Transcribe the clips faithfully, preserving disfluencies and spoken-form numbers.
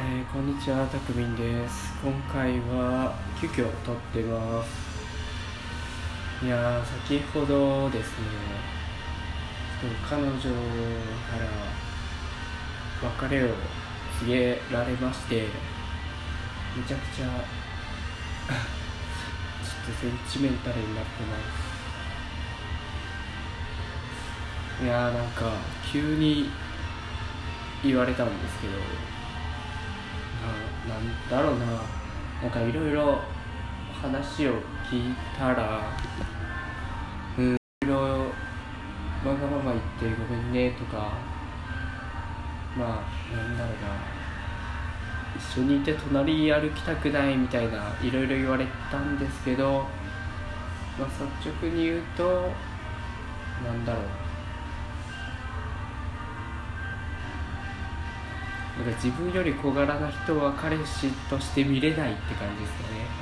えー、こんにちは、たくみんです。今回は急遽撮ってます。いやー、先ほどですね、ちょっと彼女から別れを告げられまして、めちゃくちゃちょっとセンチメンタルになってます。いやー、なんか急に言われたんですけど、な、なんだろうな、なんかいろいろ話を聞いたら、うん、いろいろわがまま言ってごめんねとか、まあなんだろうな、一緒にいて隣歩きたくないみたいないろいろ言われたんですけど、まあ、率直に言うとなんだろう、なんか自分より小柄な人は彼氏として見れないって感じ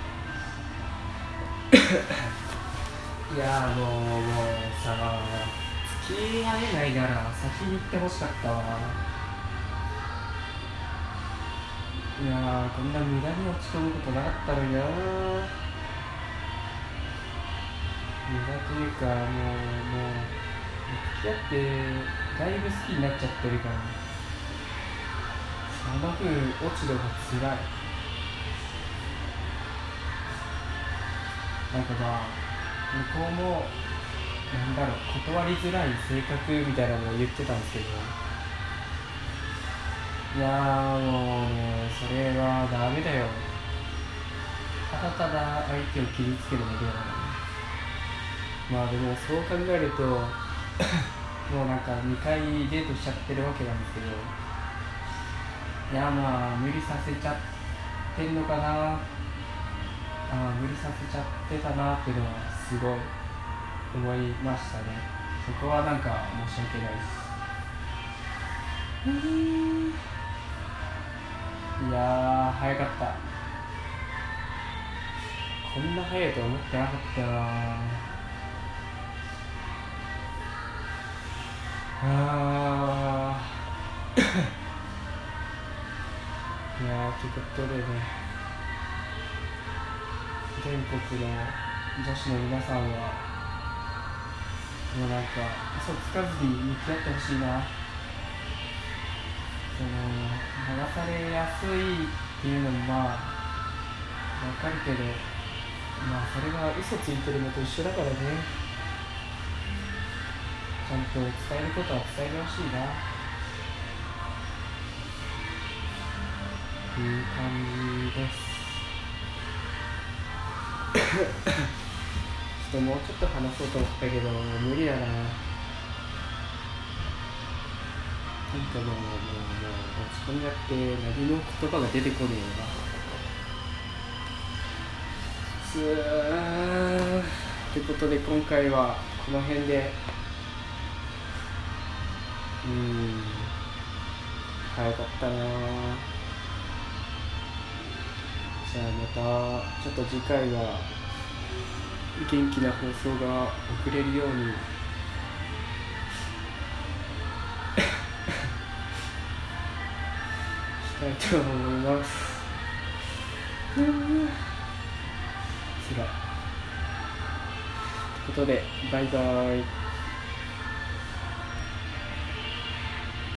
ですかね。いやーもうもうさ、付き合えないなら先に行ってほしかったわ。いやー、こんな無駄に落ち込むことなかったのにな。無駄というか、もうもう付き合ってだいぶ好きになっちゃってるから、その分落ち度がつらい。なんかまあ向こうもなんだろう、断りづらい性格みたいなのを言ってたんですけど、いやーもうね、それはダメだよ。ただただ相手を傷つけるだけだから。まあでもそう考えるともうなんかにかいデートしちゃってるわけなんですけど、いやまあ無理させちゃってんのかな、あ無理させちゃってたなっていうのはすごい思いましたね。そこはなんか申し訳ないです。いやー早かった。こんな早いと思ってなかったな。あーいやーということでね、全国の女子の皆さんはもうなんか嘘つかずに向き合ってほしいな。その流されやすいっていうのもまあわかるけど、まあそれが嘘ついてるのと一緒だからね。ちゃんと伝えることは伝えてほしいなっていう感じです。ちょっともうちょっと話そうと思ったけど無理だな。なんかもうもうもう落ち込んじゃって何の言葉が出てこねえな。つーってことで今回はこの辺で、うーん早かったな。じゃあまたちょっと次回は元気な放送が送れるようにしたいと思います。つらい。ということでバイバイ。